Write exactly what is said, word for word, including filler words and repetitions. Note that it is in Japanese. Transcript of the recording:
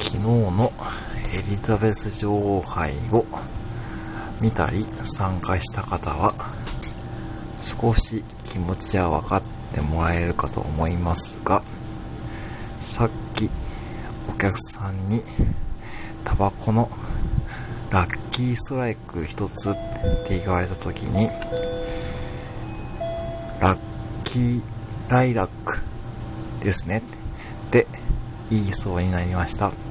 昨日のエリザベス女王杯を見たり参加した方は少し気持ちは分かってもらえるかと思いますが、さっきお客さんにタバコのラッキーストライク一つって言われた時に、ラッキーライラックですねって言いそうになりました。